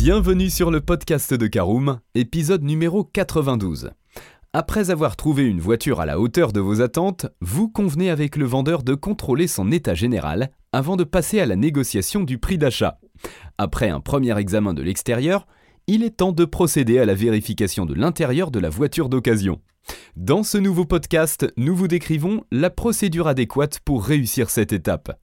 Bienvenue sur le podcast de Caroom, épisode numéro 92. Après avoir trouvé une voiture à la hauteur de vos attentes, vous convenez avec le vendeur de contrôler son état général avant de passer à la négociation du prix d'achat. Après un premier examen de l'extérieur, il est temps de procéder à la vérification de l'intérieur de la voiture d'occasion. Dans ce nouveau podcast, nous vous décrivons la procédure adéquate pour réussir cette étape.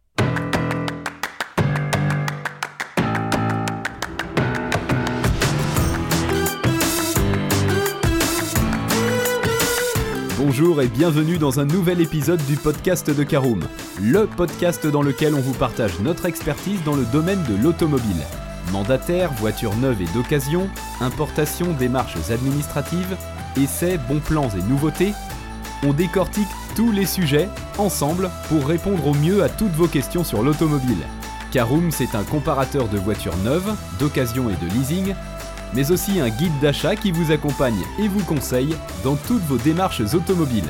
Bonjour et bienvenue dans un nouvel épisode du podcast de Caroom, le podcast dans lequel on vous partage notre expertise dans le domaine de l'automobile. Mandataire, voitures neuves et d'occasion, importation, démarches administratives, essais, bons plans et nouveautés, on décortique tous les sujets ensemble pour répondre au mieux à toutes vos questions sur l'automobile. Caroom, c'est un comparateur de voitures neuves, d'occasion et de leasing, mais aussi un guide d'achat qui vous accompagne et vous conseille dans toutes vos démarches automobiles.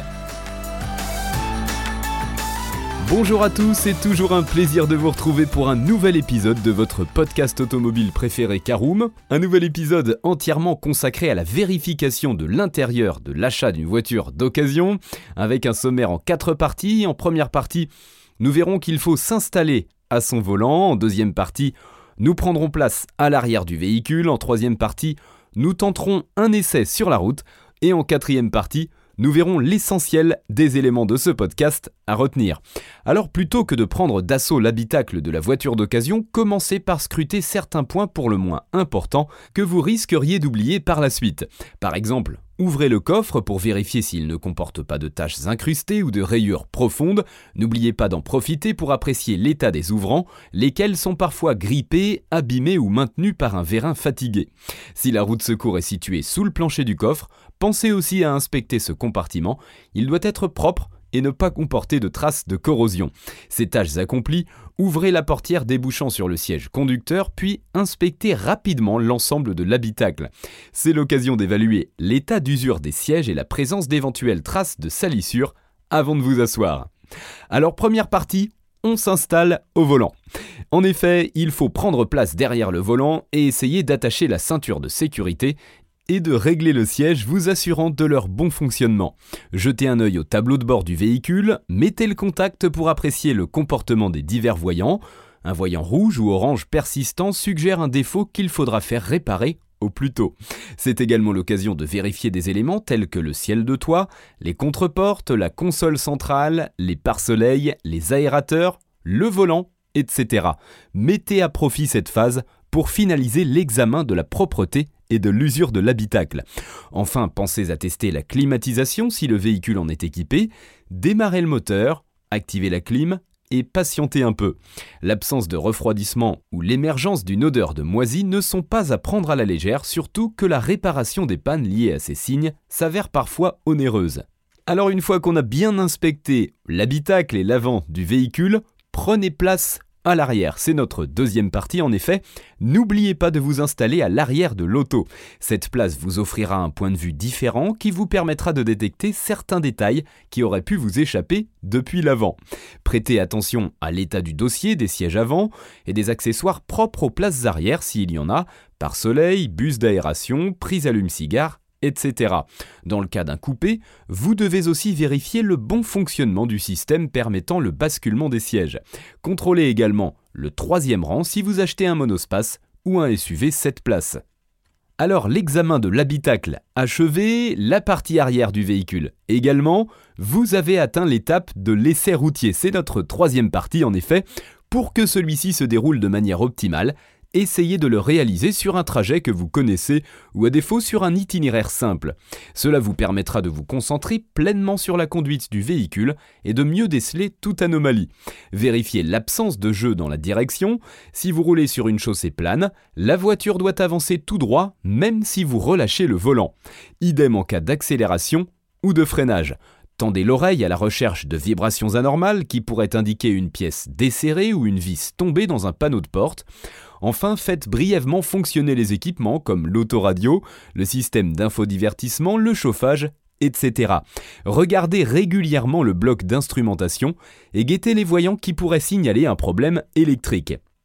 Bonjour à tous, c'est toujours un plaisir de vous retrouver pour un nouvel épisode de votre podcast automobile préféré Caroom. Un nouvel épisode entièrement consacré à la vérification de l'intérieur de l'achat d'une voiture d'occasion, avec un sommaire en 4 parties. En première partie, nous verrons qu'il faut s'installer à son volant. En deuxième partie, nous prendrons place à l'arrière du véhicule. En troisième partie, nous tenterons un essai sur la route. Et en quatrième partie, nous verrons l'essentiel des éléments de ce podcast à retenir. Alors plutôt que de prendre d'assaut l'habitacle de la voiture d'occasion, commencez par scruter certains points pour le moins importants que vous risqueriez d'oublier par la suite. Par exemple, ouvrez le coffre pour vérifier s'il ne comporte pas de taches incrustées ou de rayures profondes. N'oubliez pas d'en profiter pour apprécier l'état des ouvrants, lesquels sont parfois grippés, abîmés ou maintenus par un vérin fatigué. Si la roue de secours est située sous le plancher du coffre, pensez aussi à inspecter ce compartiment. Il doit être propre et ne pas comporter de traces de corrosion. Ces tâches accomplies, ouvrez la portière débouchant sur le siège conducteur, puis inspectez rapidement l'ensemble de l'habitacle. C'est l'occasion d'évaluer l'état d'usure des sièges et la présence d'éventuelles traces de salissure avant de vous asseoir. Alors première partie, on s'installe au volant. En effet, il faut prendre place derrière le volant et essayer d'attacher la ceinture de sécurité et de régler le siège vous assurant de leur bon fonctionnement. Jetez un œil au tableau de bord du véhicule, mettez le contact pour apprécier le comportement des divers voyants. Un voyant rouge ou orange persistant suggère un défaut qu'il faudra faire réparer au plus tôt. C'est également l'occasion de vérifier des éléments tels que le ciel de toit, les contreportes, la console centrale, les pare-soleil, les aérateurs, le volant, etc. Mettez à profit cette phase pour finaliser l'examen de la propreté et de l'usure de l'habitacle. Enfin, pensez à tester la climatisation si le véhicule en est équipé, démarrez le moteur, activez la clim et patientez un peu. L'absence de refroidissement ou l'émergence d'une odeur de moisi ne sont pas à prendre à la légère, surtout que la réparation des pannes liées à ces signes s'avère parfois onéreuse. Alors une fois qu'on a bien inspecté l'habitacle et l'avant du véhicule, prenez place à l'arrière. C'est notre deuxième partie en effet. N'oubliez pas de vous installer à l'arrière de l'auto. Cette place vous offrira un point de vue différent qui vous permettra de détecter certains détails qui auraient pu vous échapper depuis l'avant. Prêtez attention à l'état du dossier, des sièges avant et des accessoires propres aux places arrière s'il y en a, pare-soleil, buse d'aération, prise allume-cigare, etc. Dans le cas d'un coupé, vous devez aussi vérifier le bon fonctionnement du système permettant le basculement des sièges. Contrôlez également le 3e rang si vous achetez un monospace ou un SUV 7 places. Alors l'examen de l'habitacle achevé, la partie arrière du véhicule également, vous avez atteint l'étape de l'essai routier. C'est notre 3e partie en effet. Pour que celui-ci se déroule de manière optimale, essayez de le réaliser sur un trajet que vous connaissez ou à défaut sur un itinéraire simple. Cela vous permettra de vous concentrer pleinement sur la conduite du véhicule et de mieux déceler toute anomalie. Vérifiez l'absence de jeu dans la direction. Si vous roulez sur une chaussée plane, la voiture doit avancer tout droit même si vous relâchez le volant. Idem en cas d'accélération ou de freinage. Tendez l'oreille à la recherche de vibrations anormales qui pourraient indiquer une pièce desserrée ou une vis tombée dans un panneau de porte. Enfin, faites brièvement fonctionner les équipements comme l'autoradio, le système d'infodivertissement, le chauffage, etc. Regardez régulièrement le bloc d'instrumentation et guettez les voyants qui pourraient signaler un problème électrique.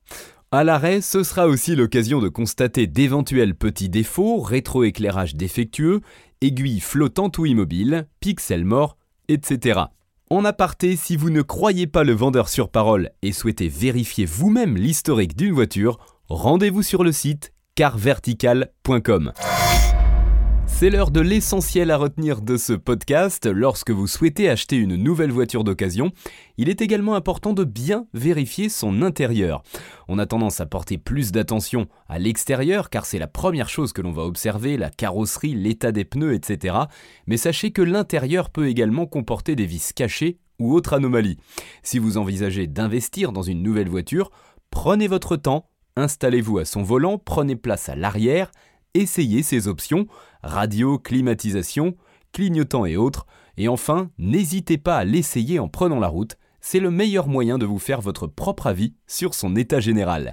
À l'arrêt, ce sera aussi l'occasion de constater d'éventuels petits défauts, rétroéclairage défectueux, aiguilles flottantes ou immobiles, pixels morts, etc. En aparté, si vous ne croyez pas le vendeur sur parole et souhaitez vérifier vous-même l'historique d'une voiture, rendez-vous sur le site carvertical.com. C'est l'heure de l'essentiel à retenir de ce podcast. Lorsque vous souhaitez acheter une nouvelle voiture d'occasion, il est également important de bien vérifier son intérieur. On a tendance à porter plus d'attention à l'extérieur car c'est la première chose que l'on va observer, la carrosserie, l'état des pneus, etc. Mais sachez que l'intérieur peut également comporter des vis cachées ou autres anomalies. Si vous envisagez d'investir dans une nouvelle voiture, prenez votre temps, installez-vous à son volant, prenez place à l'arrière, essayez ces options, radio, climatisation, clignotant et autres, et enfin, n'hésitez pas à l'essayer en prenant la route, c'est le meilleur moyen de vous faire votre propre avis sur son état général.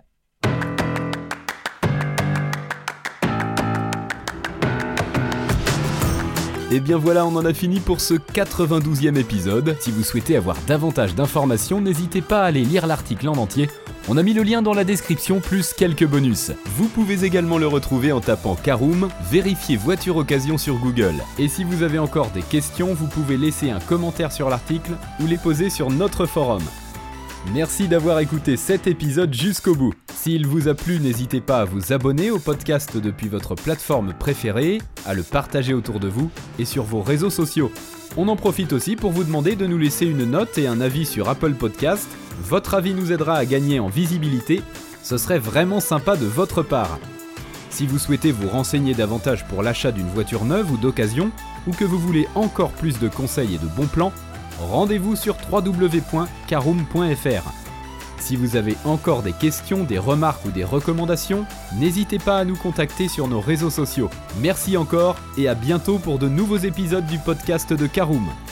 Et bien voilà, on en a fini pour ce 92e épisode. Si vous souhaitez avoir davantage d'informations, n'hésitez pas à aller lire l'article en entier. On a mis le lien dans la description plus quelques bonus. Vous pouvez également le retrouver en tapant Caroom, vérifiez voiture occasion sur Google. Et si vous avez encore des questions, vous pouvez laisser un commentaire sur l'article ou les poser sur notre forum. Merci d'avoir écouté cet épisode jusqu'au bout. S'il vous a plu, n'hésitez pas à vous abonner au podcast depuis votre plateforme préférée, à le partager autour de vous et sur vos réseaux sociaux. On en profite aussi pour vous demander de nous laisser une note et un avis sur Apple Podcast. Votre avis nous aidera à gagner en visibilité, ce serait vraiment sympa de votre part. Si vous souhaitez vous renseigner davantage pour l'achat d'une voiture neuve ou d'occasion, ou que vous voulez encore plus de conseils et de bons plans, rendez-vous sur www.caroom.fr. Si vous avez encore des questions, des remarques ou des recommandations, n'hésitez pas à nous contacter sur nos réseaux sociaux. Merci encore et à bientôt pour de nouveaux épisodes du podcast de Caroom.